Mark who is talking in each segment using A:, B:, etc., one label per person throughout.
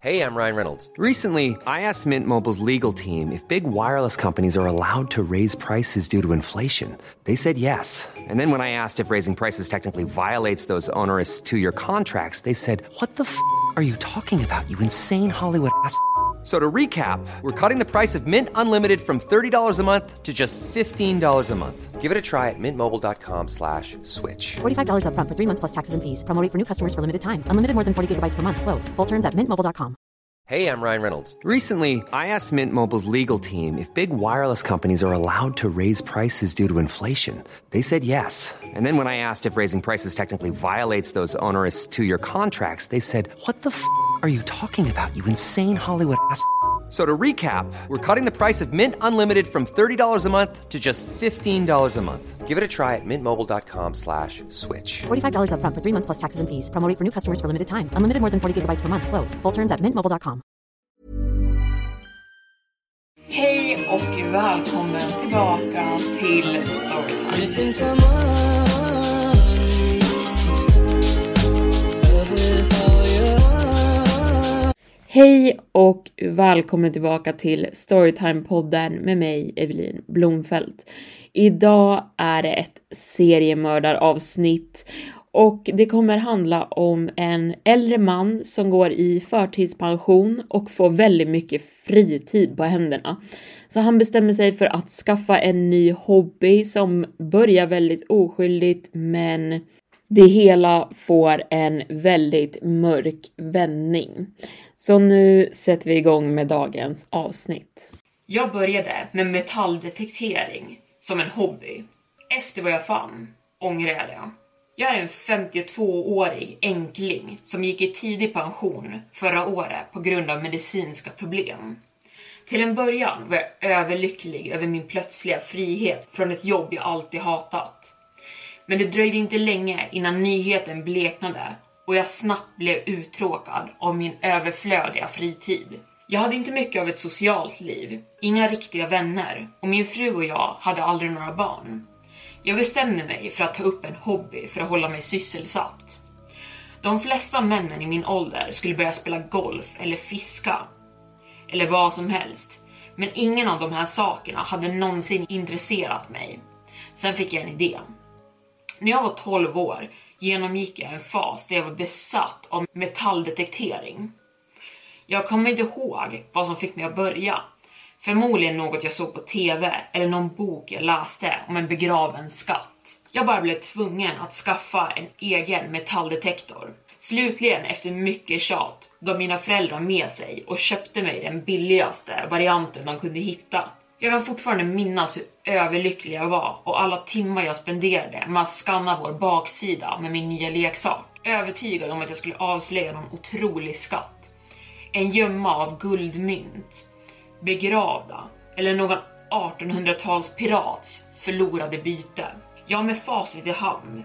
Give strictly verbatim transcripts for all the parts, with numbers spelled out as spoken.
A: Hey, I'm Ryan Reynolds.
B: Recently, I asked Mint Mobile's legal team if big wireless companies are allowed to raise prices due to inflation. They said yes. And then when I asked if raising prices technically violates those onerous two-year contracts, they said, "What the f*** are you talking about, you insane Hollywood ass?" So to recap, we're cutting the price of Mint Unlimited from thirty dollars a month to just fifteen dollars a month.
A: Give it a try at mintmobile.com slash switch.
C: forty-five dollars up front for three months plus taxes and fees. Promo rate for new customers for limited time. Unlimited more than forty gigabytes per month. Slows full terms at mint mobile dot com.
A: Hey, I'm Ryan Reynolds.
B: Recently, I asked Mint Mobile's legal team if big wireless companies are allowed to raise prices due to inflation. They said yes. And then when I asked if raising prices technically violates those onerous two-year contracts, they said, "What the f*** are you talking about, you insane Hollywood ass?" So to recap, we're cutting the price of Mint Unlimited from thirty dollars a month to just fifteen dollars a month.
A: Give it a try at mintmobile.com slash switch.
C: forty-five dollars up front for three months plus taxes and fees. Promo rate for new customers for limited time. Unlimited more than forty gigabytes per month. Slows full terms at mint mobile dot com.
D: Hej och välkommen tillbaka till Storytime. Hej och välkommen tillbaka till Storytime-podden med mig, Evelin Blomfelt. Idag är det ett seriemördaravsnitt och det kommer handla om en äldre man som går i förtidspension och får väldigt mycket fritid på händerna. Så han bestämmer sig för att skaffa en ny hobby som börjar väldigt oskyldigt, men det hela får en väldigt mörk vändning. Så nu sätter vi igång med dagens avsnitt. Jag började med metalldetektering som en hobby. Efter vad jag fann ångrar jag det. Jag är en femtiotvåårig enkling som gick i tidig pension förra året på grund av medicinska problem. Till en början var jag överlycklig över min plötsliga frihet från ett jobb jag alltid hatat. Men det dröjde inte länge innan nyheten bleknade och jag snabbt blev uttråkad av min överflödiga fritid. Jag hade inte mycket av ett socialt liv, inga riktiga vänner och min fru och jag hade aldrig några barn. Jag bestämde mig för att ta upp en hobby för att hålla mig sysselsatt. De flesta männen i min ålder skulle börja spela golf eller fiska eller vad som helst. Men ingen av de här sakerna hade någonsin intresserat mig. Sen fick jag en idé. När jag var tolv år genomgick jag en fas där jag var besatt av metalldetektering. Jag kommer inte ihåg vad som fick mig att börja. Förmodligen något jag såg på tv eller någon bok jag läste om en begraven skatt. Jag bara blev tvungen att skaffa en egen metalldetektor. Slutligen efter mycket tjat gav mina föräldrar med sig och köpte mig den billigaste varianten de kunde hitta. Jag kan fortfarande minnas hur överlycklig jag var och alla timmar jag spenderade med att skanna vår baksida med min nya leksak. Övertygad om att jag skulle avslöja någon otrolig skatt. En gömma av guldmynt, begravda eller någon artonhundratals pirats förlorade byte. Jag med facit i hand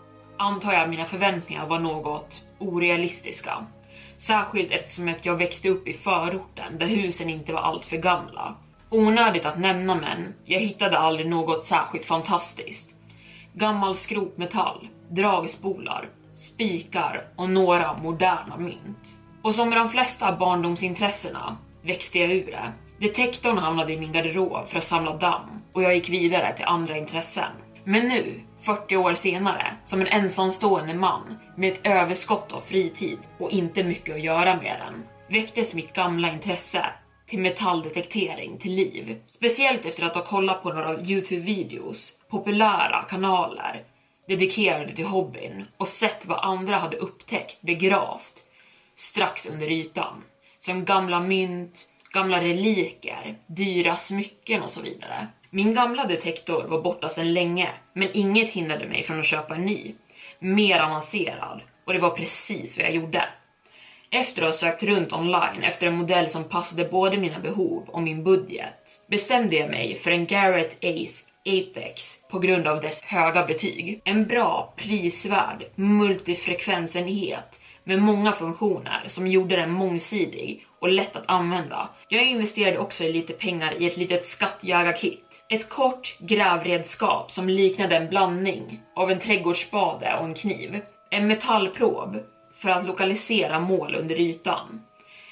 D: antar jag mina förväntningar var något orealistiska. Särskilt eftersom jag växte upp i förorten där husen inte var allt för gamla. Onödigt att nämna, men jag hittade aldrig något särskilt fantastiskt. Gammal skrotmetall, dragspolar, spikar och några moderna mynt. Och som med de flesta barndomsintressena växte jag ur det. Detektorn hamnade i min garderob för att samla damm och jag gick vidare till andra intressen. Men nu, fyrtio år senare, som en ensamstående man med ett överskott av fritid och inte mycket att göra med den, väcktes mitt gamla intresse till metalldetektering till liv. Speciellt efter att ha kollat på några YouTube-videos, populära kanaler dedikerade till hobbyn och sett vad andra hade upptäckt begravt strax under ytan. Som gamla mynt, gamla reliker, dyra smycken och så vidare. Min gamla detektor var borta sedan länge, men inget hindrade mig från att köpa en ny, mer avancerad, och det var precis vad jag gjorde. Efter att ha sökt runt online efter en modell som passade både mina behov och min budget, bestämde jag mig för en Garrett Ace Apex på grund av dess höga betyg. En bra, prisvärd multifrekvensenhet med många funktioner som gjorde den mångsidig och lätt att använda. Jag investerade också i lite pengar i ett litet skattjägarkit. Ett kort grävredskap som liknade en blandning av en trädgårdsspade och en kniv. En metallprob för att lokalisera mål under ytan.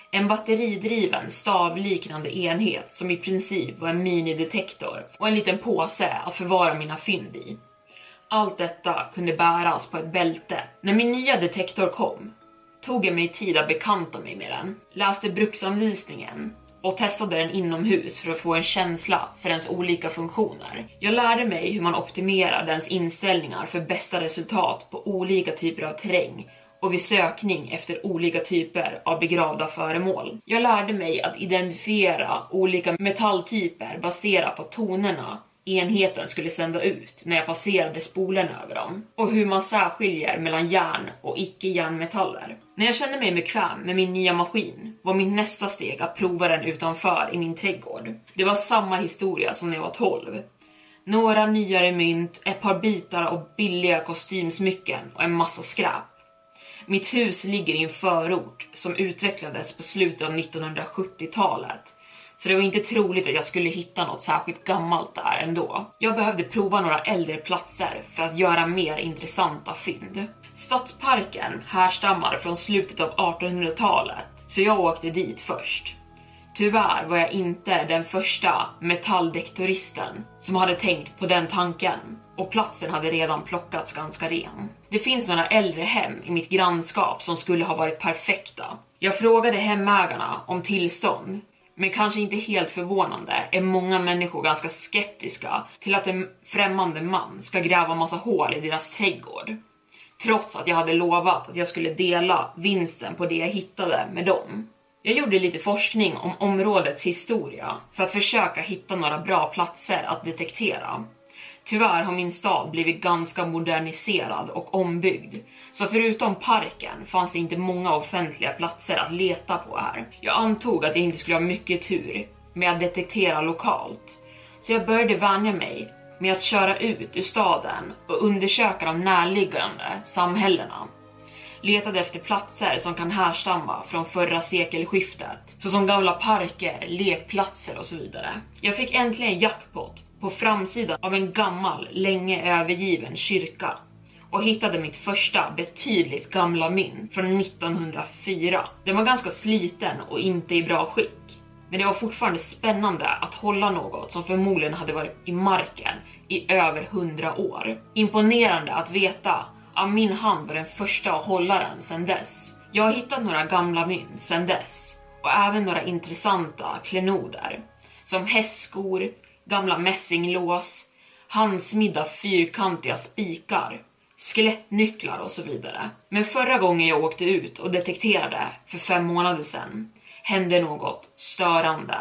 D: En batteridriven stavliknande enhet som i princip var en minidetektor och en liten påse att förvara mina fynd i. Allt detta kunde bäras på ett bälte. När min nya detektor kom tog jag mig tid att bekanta mig med den, läste bruksanvisningen och testade den inomhus för att få en känsla för dens olika funktioner. Jag lärde mig hur man optimerar dens inställningar för bästa resultat på olika typer av terräng och vid sökning efter olika typer av begravda föremål. Jag lärde mig att identifiera olika metalltyper baserat på tonerna enheten skulle sända ut när jag passerade spolen över dem, och hur man särskiljer mellan järn och icke-järnmetaller. När jag kände mig bekväm med min nya maskin var min nästa steg att prova den utanför i min trädgård. Det var samma historia som när jag var tolv. Några nyare mynt, ett par bitar av billiga kostymsmycken och en massa skräp. Mitt hus ligger i en förort som utvecklades på slutet av nittonhundrasjuttiotalet. Så det var inte troligt att jag skulle hitta något särskilt gammalt där ändå. Jag behövde prova några äldre platser för att göra mer intressanta fynd. Stadsparken härstammar från slutet av artonhundratalet, så jag åkte dit först. Tyvärr var jag inte den första metalldektoristen som hade tänkt på den tanken, och platsen hade redan plockats ganska ren. Det finns några äldre hem i mitt grannskap som skulle ha varit perfekta. Jag frågade hemägarna om tillstånd. Men kanske inte helt förvånande är många människor ganska skeptiska till att en främmande man ska gräva massa hål i deras trädgård. Trots att jag hade lovat att jag skulle dela vinsten på det jag hittade med dem. Jag gjorde lite forskning om områdets historia för att försöka hitta några bra platser att detektera. Tyvärr har min stad blivit ganska moderniserad och ombyggd, så förutom parken fanns det inte många offentliga platser att leta på här. Jag antog att jag inte skulle ha mycket tur med att detektera lokalt, så jag började vänja mig med att köra ut ur staden och undersöka de närliggande samhällena. Letade efter platser som kan härstamma från förra sekelskiftet, såsom gamla parker, lekplatser och så vidare. Jag fick äntligen jackpot på framsidan av en gammal, länge övergiven kyrka och hittade mitt första betydligt gamla mynt från nittonhundrafyra. Den var ganska sliten och inte i bra skick, men det var fortfarande spännande att hålla något som förmodligen hade varit i marken i över hundra år. Imponerande att veta att min hand var den första att hålla den sedan dess. Jag har hittat några gamla mynt sedan dess och även några intressanta klenoder som hästskor, gamla mässinglås, handsmidda fyrkantiga spikar, skelettnycklar och så vidare. Men förra gången jag åkte ut och detekterade för fem månader sedan hände något störande.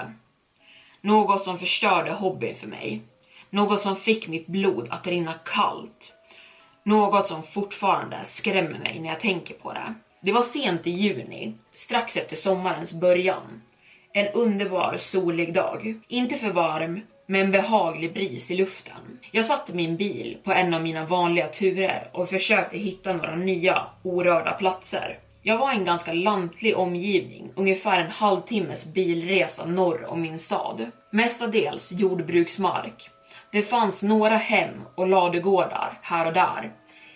D: Något som förstörde hobbyn för mig. Något som fick mitt blod att rinna kallt. Något som fortfarande skrämmer mig när jag tänker på det. Det var sent i juni, strax efter sommarens början. En underbar solig dag. Inte för varm, med en behaglig bris i luften. Jag satte min bil på en av mina vanliga turer och försökte hitta några nya orörda platser. Jag var i en ganska lantlig omgivning, ungefär en halvtimmes bilresa norr om min stad. Mestadels jordbruksmark. Det fanns några hem och ladugårdar här och där.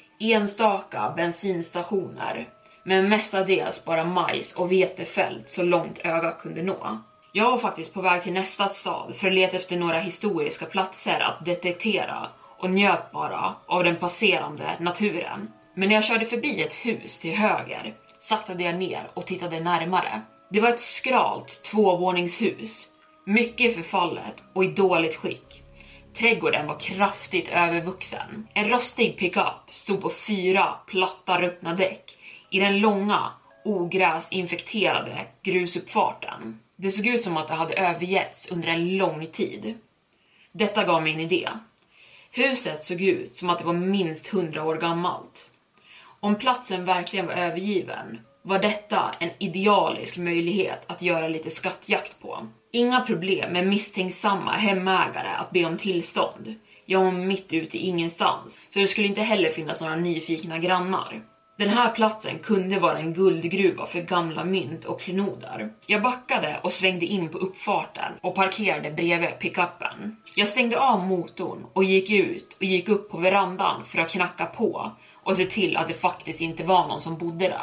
D: Enstaka bensinstationer, men mestadels bara majs och vetefält så långt ögat kunde nå. Jag var faktiskt på väg till nästa stad för att leta efter några historiska platser att detektera och njöt bara av den passerande naturen. Men när jag körde förbi ett hus till höger saktade jag ner och tittade närmare. Det var ett skralt tvåvåningshus, mycket förfallet och i dåligt skick. Trädgården var kraftigt övervuxen. En rostig pickup stod på fyra platta ruttna däck i den långa, ogräsinfekterade grusuppfarten. Det såg ut som att det hade övergetts under en lång tid. Detta gav mig en idé. Huset såg ut som att det var minst hundra år gammalt. Om platsen verkligen var övergiven var detta en idealisk möjlighet att göra lite skattjakt på. Inga problem med misstänksamma hemägare att be om tillstånd. Jag var mitt ute i ingenstans, så det skulle inte heller finnas några nyfikna grannar. Den här platsen kunde vara en guldgruva för gamla mynt och klenoder. Jag backade och svängde in på uppfarten och parkerade bredvid pickuppen. Jag stängde av motorn och gick ut och gick upp på verandan för att knacka på och se till att det faktiskt inte var någon som bodde där.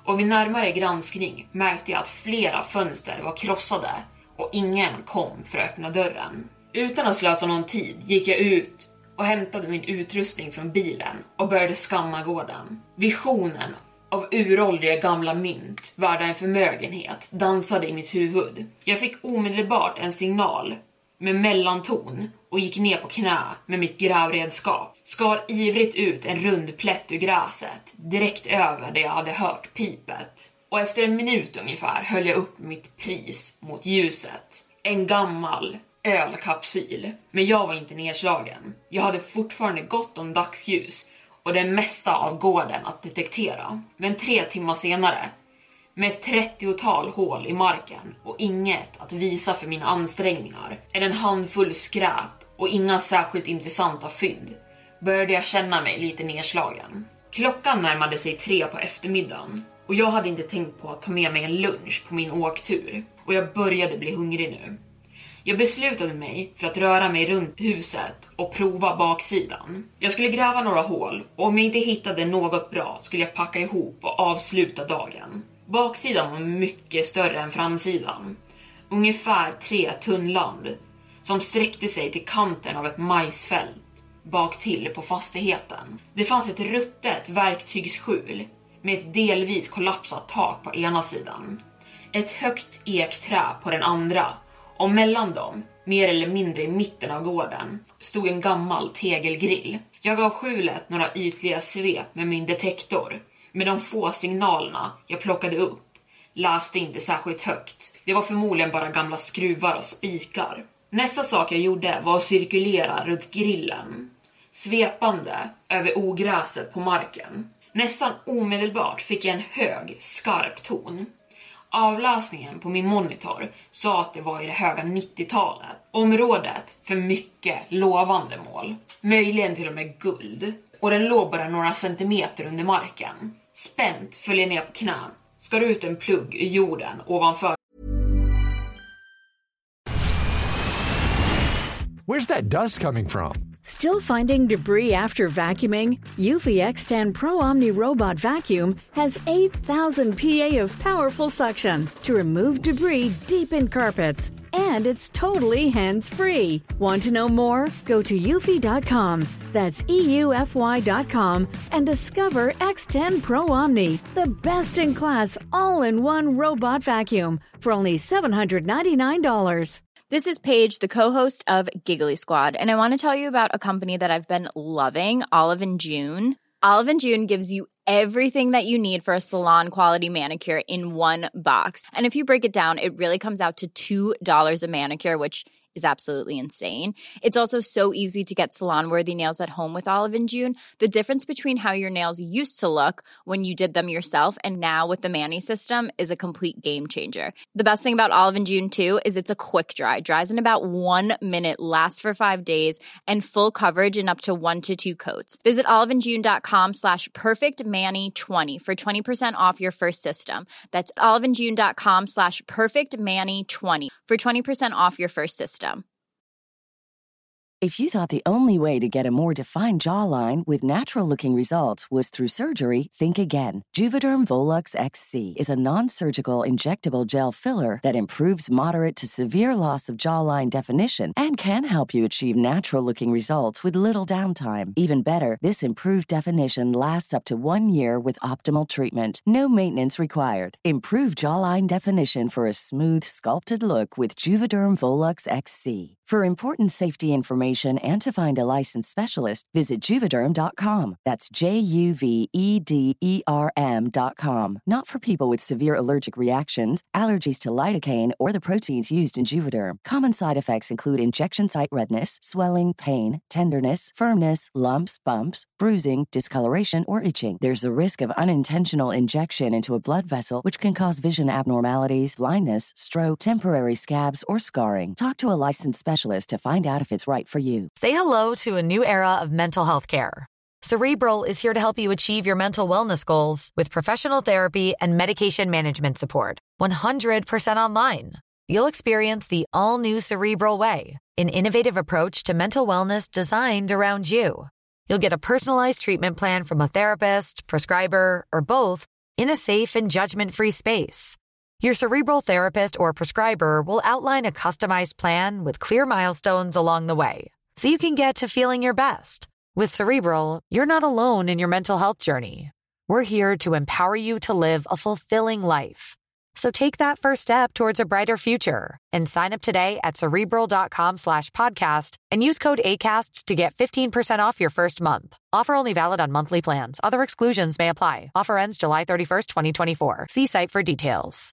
D: och vid närmare granskning märkte jag att flera fönster var krossade och ingen kom för att öppna dörren. Utan att slösa någon tid gick jag ut och hämtade min utrustning från bilen och började skanna gården. Visionen av uråldriga gamla mynt värda en förmögenhet dansade i mitt huvud. Jag fick omedelbart en signal med mellanton och gick ner på knä med mitt grävredskap. Skar ivrigt ut en rund plätt ur gräset direkt över där jag hade hört pipet. Och efter en minut ungefär höll jag upp mitt pris mot ljuset. En gammal ölkapsyl. Men jag var inte nedslagen. Jag hade fortfarande gott om dagsljus och det mesta av gården att detektera. Men tre timmar senare, med ett trettiotal hål i marken och inget att visa för mina ansträngningar, är en handfull skräp och inga särskilt intressanta fynd, började jag känna mig lite nedslagen. Klockan närmade sig tre på eftermiddagen och jag hade inte tänkt på att ta med mig en lunch på min åktur och jag började bli hungrig nu. Jag beslutade mig för att röra mig runt huset och prova baksidan. Jag skulle gräva några hål och om jag inte hittade något bra skulle jag packa ihop och avsluta dagen. Baksidan var mycket större än framsidan. Ungefär tre tunnland som sträckte sig till kanten av ett majsfält bak till på fastigheten. Det fanns ett ruttet verktygsskjul med ett delvis kollapsat tak på ena sidan. Ett högt ekträ på den andra. Och mellan dem, mer eller mindre i mitten av gården, stod en gammal tegelgrill. Jag gav skjulet några ytliga svep med min detektor. Med de få signalerna jag plockade upp läste inte särskilt högt. Det var förmodligen bara gamla skruvar och spikar. Nästa sak jag gjorde var att cirkulera runt grillen, svepande över ogräset på marken. Nästan omedelbart fick jag en hög, skarp ton. Avläsningen på min monitor sa att det var i det höga nittiotalet. Området för mycket lovande mål. Möjligen till och med guld. Och den låg bara några centimeter under marken. Spänt föll jag ner på knän. Skar ut en plugg i jorden ovanför.
E: Where's that dust coming from?
F: Still finding debris after vacuuming? Eufy X ten Pro Omni Robot Vacuum has eight thousand P A of powerful suction to remove debris deep in carpets. And it's totally hands-free. Want to know more? Go to eufy dot com. That's E U F Y dot com and discover X ten Pro Omni, the best-in-class all-in-one robot vacuum for only seven hundred ninety-nine dollars.
G: This is Paige, the co-host of Giggly Squad, and I want to tell you about a company that I've been loving, Olive and June. Olive and June gives you everything that you need for a salon-quality manicure in one box. And if you break it down, it really comes out to two dollars a manicure, which is absolutely insane. It's also so easy to get salon-worthy nails at home with Olive and June. The difference between how your nails used to look when you did them yourself and now with the Mani system is a complete game changer. The best thing about Olive and June, too, is it's a quick dry. Dries in about one minute, lasts for five days, and full coverage in up to one to two coats. Visit oliveandjune.com slash perfectmani20 for twenty percent off your first system. That's oliveandjune.com slash perfectmani20 for twenty percent off your first system.
H: If you thought the only way to get a more defined jawline with natural-looking results was through surgery, think again. Juvederm Volux X C is a non-surgical injectable gel filler that improves moderate to severe loss of jawline definition and can help you achieve natural-looking results with little downtime. Even better, this improved definition lasts up to one year with optimal treatment. No maintenance required. Improve jawline definition for a smooth, sculpted look with Juvederm Volux X C. For important safety information and to find a licensed specialist, visit Juvederm dot com. That's J U V E D E R M dot com. Not for people with severe allergic reactions, allergies to lidocaine, or the proteins used in Juvederm. Common side effects include injection site redness, swelling, pain, tenderness, firmness, lumps, bumps, bruising, discoloration, or itching. There's a risk of unintentional injection into a blood vessel, which can cause vision abnormalities, blindness, stroke, temporary scabs, or scarring. Talk to a licensed specialist to find out if it's right for you.
I: Say hello to a new era of mental health care. Cerebral is here to help you achieve your mental wellness goals with professional therapy and medication management support. one hundred percent online. You'll experience the all-new Cerebral Way, an innovative approach to mental wellness designed around you. You'll get a personalized treatment plan from a therapist, prescriber, or both in a safe and judgment-free space. Your Cerebral therapist or prescriber will outline a customized plan with clear milestones along the way, so you can get to feeling your best. With Cerebral, you're not alone in your mental health journey. We're here to empower you to live a fulfilling life. So take that first step towards a brighter future and sign up today at Cerebral.com slash podcast and use code ACAST to get fifteen percent off your first month. Offer only valid on monthly plans. Other exclusions may apply. Offer ends July thirty-first, twenty twenty-four. See site for details.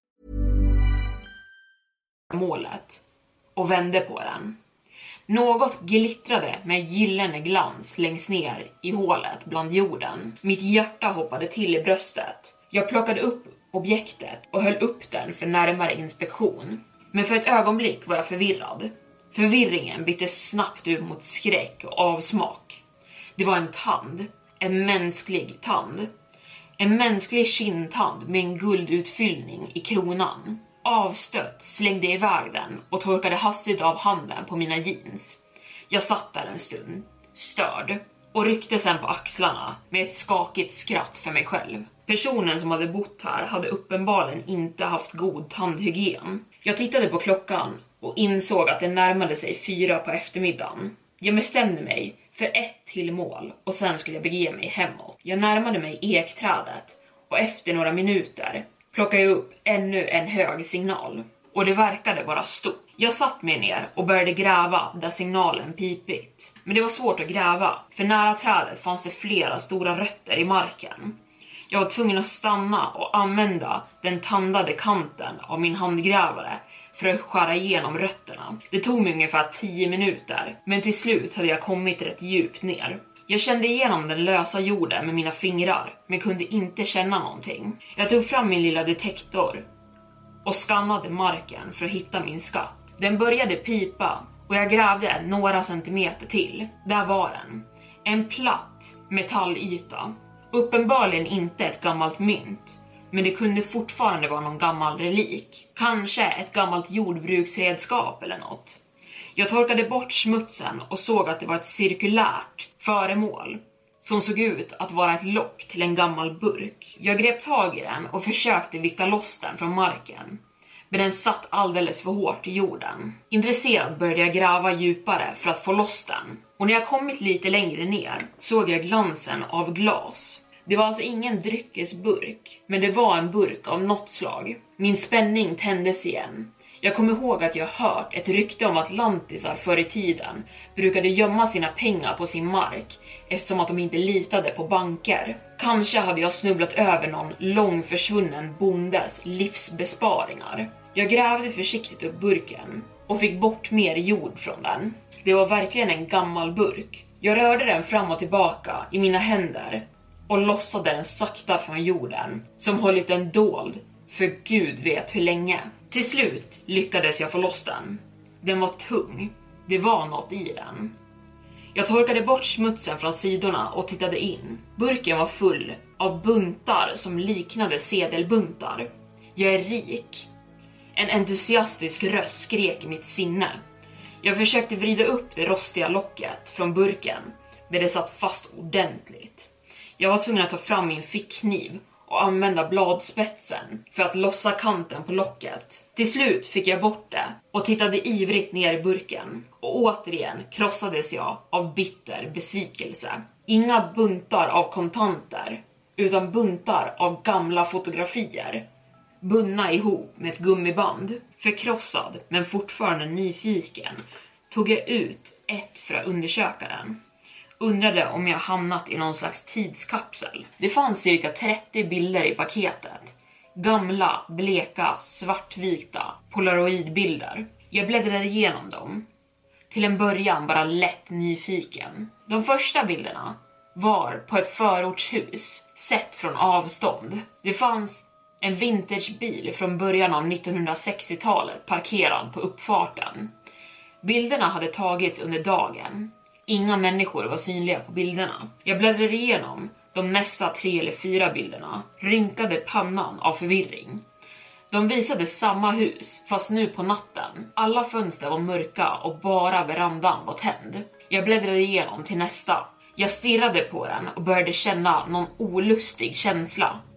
D: Målet och vände på den. Något glittrade med gyllene glans längst ner i hålet bland jorden. Mitt hjärta hoppade till i bröstet. Jag plockade upp objektet och höll upp den för närmare inspektion. Men för ett ögonblick var jag förvirrad. Förvirringen byttes snabbt ut mot skräck och avsmak. Det var en tand. En mänsklig tand. En mänsklig kindtand med en guldutfyllning i kronan. Avstött slängde jag iväg den och torkade hastigt av handen på mina jeans. Jag satt där en stund, störd, och ryckte sen på axlarna med ett skakigt skratt för mig själv. Personen som hade bott här hade uppenbarligen inte haft god tandhygien. Jag tittade på klockan och insåg att det närmade sig fyra på eftermiddagen. Jag bestämde mig för ett till mål och sen skulle jag bege mig hemåt. Jag närmade mig ekträdet och efter några minuter plockade jag upp ännu en hög signal. Och det verkade vara stort. Jag satt mig ner och började gräva där signalen pipit. Men det var svårt att gräva, för nära trädet fanns det flera stora rötter i marken. Jag var tvungen att stanna och använda den tandade kanten av min handgrävare för att skära igenom rötterna. Det tog mig ungefär tio minuter, men till slut hade jag kommit rätt djupt ner. Jag kände igenom den lösa jorden med mina fingrar, men kunde inte känna någonting. Jag tog fram min lilla detektor och skannade marken för att hitta min skatt. Den började pipa och jag grävde några centimeter till. Där var den. En platt metallyta. Uppenbarligen inte ett gammalt mynt, men det kunde fortfarande vara någon gammal relik. Kanske ett gammalt jordbruksredskap eller något. Jag torkade bort smutsen och såg att det var ett cirkulärt föremål som såg ut att vara ett lock till en gammal burk. Jag grep tag i den och försökte vicka loss den från marken, men den satt alldeles för hårt i jorden. Intresserad började jag gräva djupare för att få loss den. Och när jag kommit lite längre ner såg jag glansen av glas. Det var alltså ingen dryckesburk, men det var en burk av något slag. Min spänning tändes igen. Jag kommer ihåg att jag hört ett rykte om att lantisar förr i tiden brukade gömma sina pengar på sin mark eftersom att de inte litade på banker. Kanske hade jag snubblat över någon lång försvunnen bondes livsbesparingar. Jag grävde försiktigt upp burken och fick bort mer jord från den. Det var verkligen en gammal burk. Jag rörde den fram och tillbaka i mina händer och lossade den sakta från jorden som hållit den dold för Gud vet hur länge. Till slut lyckades jag få loss den. Den var tung. Det var något i den. Jag torkade bort smutsen från sidorna och tittade in. Burken var full av buntar som liknade sedelbuntar. Jag är rik. En entusiastisk röst skrek i mitt sinne. Jag försökte vrida upp det rostiga locket från burken, men det satt fast ordentligt. Jag var tvungen att ta fram min fickkniv och använda bladspetsen för att lossa kanten på locket. Till slut fick jag bort det och tittade ivrigt ner i burken. Och återigen krossades jag av bitter besvikelse. Inga buntar av kontanter, utan buntar av gamla fotografier. Bundna ihop med ett gummiband. Förkrossad men fortfarande nyfiken tog jag ut ett för att undersöka den. Undrade om jag hamnat i någon slags tidskapsel. Det fanns cirka trettio bilder i paketet. Gamla, bleka, svartvita polaroidbilder. Jag bläddrade igenom dem. Till en början bara lätt nyfiken. De första bilderna var på ett förortshus sett från avstånd. Det fanns en vintagebil från början av nittonhundrasextiotalet parkerad på uppfarten. Bilderna hade tagits under dagen. Inga människor var synliga på bilderna. Jag bläddrade igenom de nästa tre eller fyra bilderna. Rynkade pannan av förvirring. De visade samma hus, fast nu på natten. Alla fönster var mörka och bara verandan var tänd. Jag bläddrade igenom till nästa. Jag stirrade på den och började känna någon olustig känsla.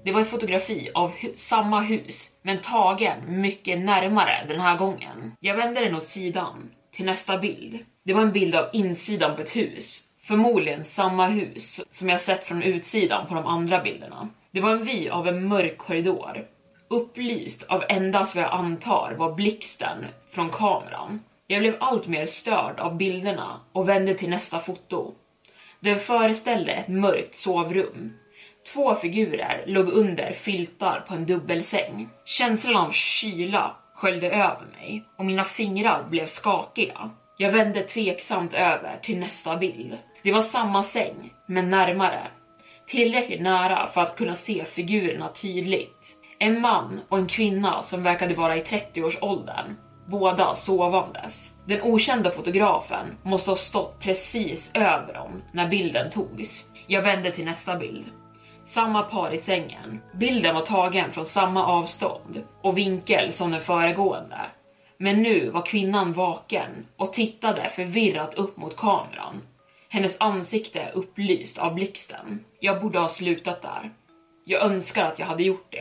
D: Det var ett fotografi av hu- samma hus, men tagen mycket närmare den här gången. Jag vände den åt sidan till nästa bild. Det var en bild av insidan på ett hus. Förmodligen samma hus som jag sett från utsidan på de andra bilderna. Det var en vy av en mörk korridor. Upplyst av endast vad jag antar var blixten från kameran. Jag blev allt mer störd av bilderna och vände till nästa foto. Den föreställde ett mörkt sovrum. Två figurer låg under filtar på en dubbelsäng. Känslan av kyla sköljde över mig och mina fingrar blev skakiga. Jag vände tveksamt över till nästa bild. Det var samma säng, men närmare. Tillräckligt nära för att kunna se figurerna tydligt. En man och en kvinna som verkade vara i trettio-årsåldern. Båda sovandes. Den okända fotografen måste ha stått precis över dem när bilden togs. Jag vände till nästa bild. Samma par i sängen. Bilden var tagen från samma avstånd och vinkel som den föregående. Men nu var kvinnan vaken och tittade förvirrat upp mot kameran. Hennes ansikte upplyst av blixten. Jag borde ha slutat där. Jag önskar att jag hade gjort det.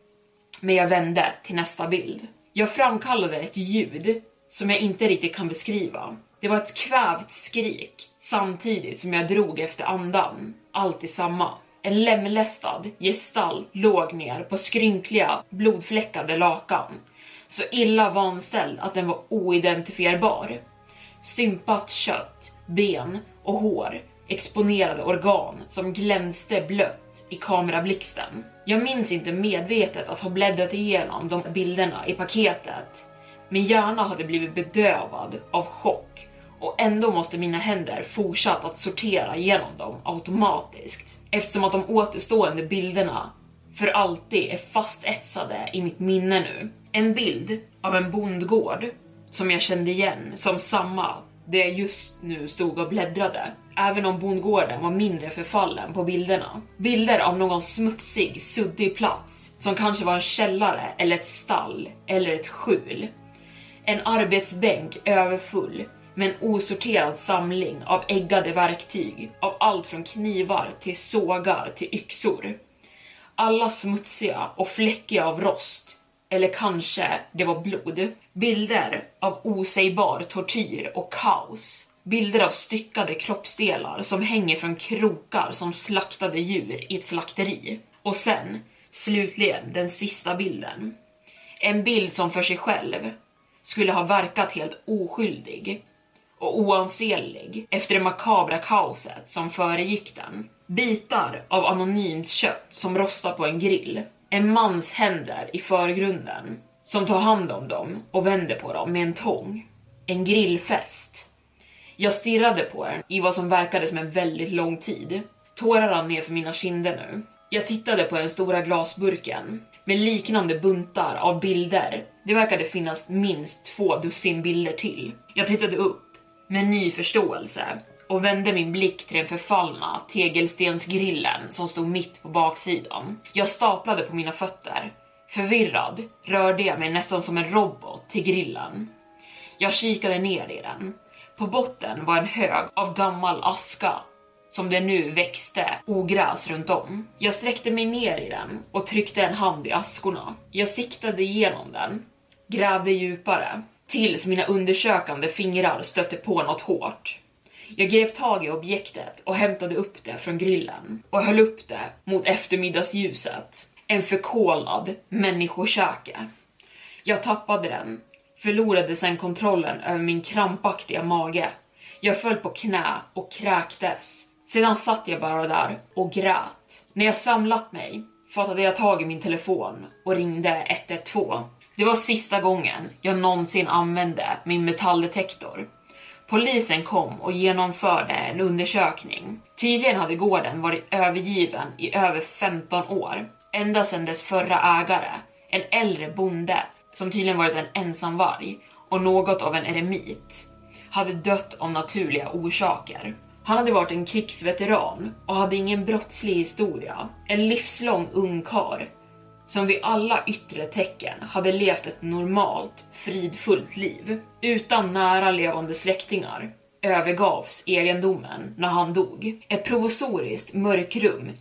D: Men jag vände till nästa bild. Jag framkallade ett ljud som jag inte riktigt kan beskriva. Det var ett kvävt skrik samtidigt som jag drog efter andan. Allt i samma. En lemlästad gestalt låg ner på skrynkliga, blodfläckade lakan. Så illa vanställd att den var oidentifierbar. Stympat kött, ben och hår, exponerade organ som glänste blött i kamerablixten. Jag minns inte medvetet att ha bläddrat igenom de bilderna i paketet. Min hjärna hade blivit bedövad av chock och ändå måste mina händer fortsatt att sortera igenom dem automatiskt. Eftersom att de återstående bilderna för alltid är fastetsade i mitt minne nu. En bild av en bondgård som jag kände igen som samma där jag just nu stod och bläddrade. Även om bondgården var mindre förfallen på bilderna. Bilder av någon smutsig, suddig plats som kanske var en källare eller ett stall eller ett skjul. En arbetsbänk överfull med en osorterad samling av äggade verktyg, av allt från knivar till sågar till yxor. Alla smutsiga och fläckiga av rost, eller kanske det var blod. Bilder av osägbar tortyr och kaos. Bilder av styckade kroppsdelar som hänger från krokar som slaktade djur i ett slakteri. Och sen, slutligen, den sista bilden. En bild som för sig själv skulle ha verkat helt oskyldig och oansenlig efter det makabra kaoset som föregick den. Bitar av anonymt kött som rostar på en grill. En mans händer i förgrunden som tar hand om dem och vänder på dem med en tång. En grillfest. Jag stirrade på den i vad som verkade som en väldigt lång tid. Tårar rann ner för mina kinder nu. Jag tittade på den stora glasburken med liknande buntar av bilder. Det verkade finnas minst två dussin bilder till. Jag tittade upp med ny förståelse och vände min blick till den förfallna tegelstensgrillen som stod mitt på baksidan. Jag staplade på mina fötter. Förvirrad rörde jag mig nästan som en robot till grillen. Jag kikade ner i den. På botten var en hög av gammal aska som det nu växte ogräs runt om. Jag sträckte mig ner i den och tryckte en hand i askorna. Jag siktade igenom den, grävde djupare, tills mina undersökande fingrar stötte på något hårt. Jag grep tag i objektet och hämtade upp det från grillen och höll upp det mot eftermiddagsljuset. En förkolnad människokäke. Jag tappade den, förlorade sen kontrollen över min krampaktiga mage. Jag föll på knä och kräktes. Sedan satt jag bara där och grät. När jag samlat mig fattade jag tag i min telefon och ringde ett ett två. Det var sista gången jag någonsin använde min metalldetektor. Polisen kom och genomförde en undersökning. Tydligen hade gården varit övergiven i över femton år. Ända sedan dess förra ägare, en äldre bonde som tydligen varit en ensamvarg och något av en eremit, hade dött av naturliga orsaker. Han hade varit en krigsveteran och hade ingen brottslig historia. En livslång ungkarl som vid alla yttre tecken hade levt ett normalt, fridfullt liv. Utan nära levande släktingar övergavs egendomen när han dog. Ett provisoriskt mörkrum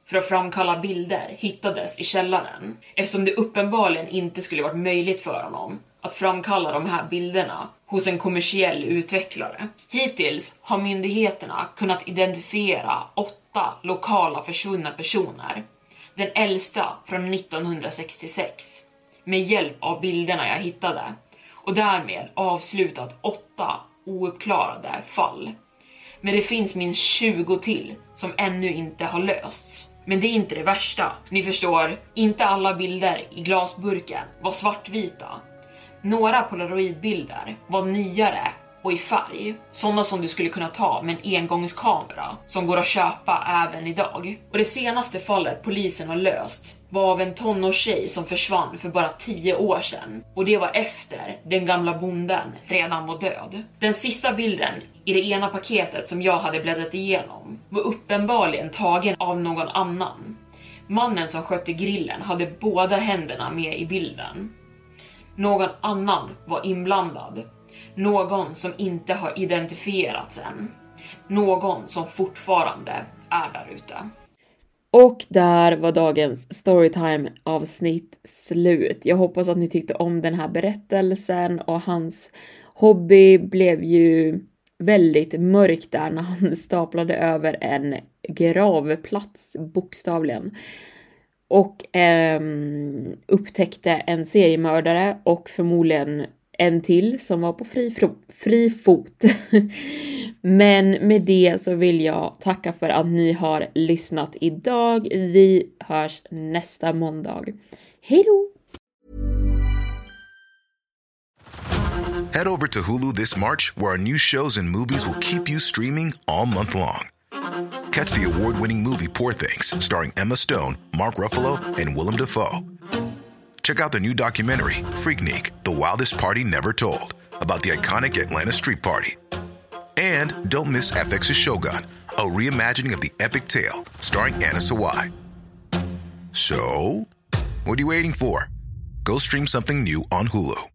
D: för att framkalla bilder hittades i källaren, eftersom det uppenbarligen inte skulle varit möjligt för honom att framkalla de här bilderna hos en kommersiell utvecklare. Hittills har myndigheterna kunnat identifiera åtta lokala försvunna personer, den äldsta från nittonhundrasextiosex, med hjälp av bilderna jag hittade, och därmed avslutat åtta ouppklarade fall. Men det finns minst tjugo till som ännu inte har lösts. Men det är inte det värsta. Ni förstår, inte alla bilder i glasburken var svartvita. Några polaroidbilder var nyare och i färg. Sådana som du skulle kunna ta med en engångskamera som går att köpa även idag. Och det senaste fallet polisen har löst var av en tonårstjej som försvann för bara tio år sedan. Och det var efter den gamla bonden redan var död. Den sista bilden i det ena paketet som jag hade bläddrat igenom var uppenbarligen tagen av någon annan. Mannen som skötte grillen hade båda händerna med i bilden. Någon annan var inblandad. Någon som inte har identifierats än. Någon som fortfarande är där ute. Och där var dagens Storytime-avsnitt slut. Jag hoppas att ni tyckte om den här berättelsen, och hans hobby blev ju väldigt mörk där när han staplade över en gravplats bokstavligen. Och eh, upptäckte en seriemördare och förmodligen en till som var på fri, fri fot. Men med det så vill jag tacka för att ni har lyssnat idag. Vi hörs nästa måndag. Hej då!
J: Head over to Hulu this March, where our new shows and movies will keep you streaming all month long. Catch the award-winning movie Poor Things, starring Emma Stone, Mark Ruffalo, and Willem Dafoe. Check out the new documentary, Freaknik, The Wildest Party Never Told, about the iconic Atlanta street party. And don't miss F X's Shogun, a reimagining of the epic tale, starring Anna Sawai. So, what are you waiting for? Go stream something new on Hulu.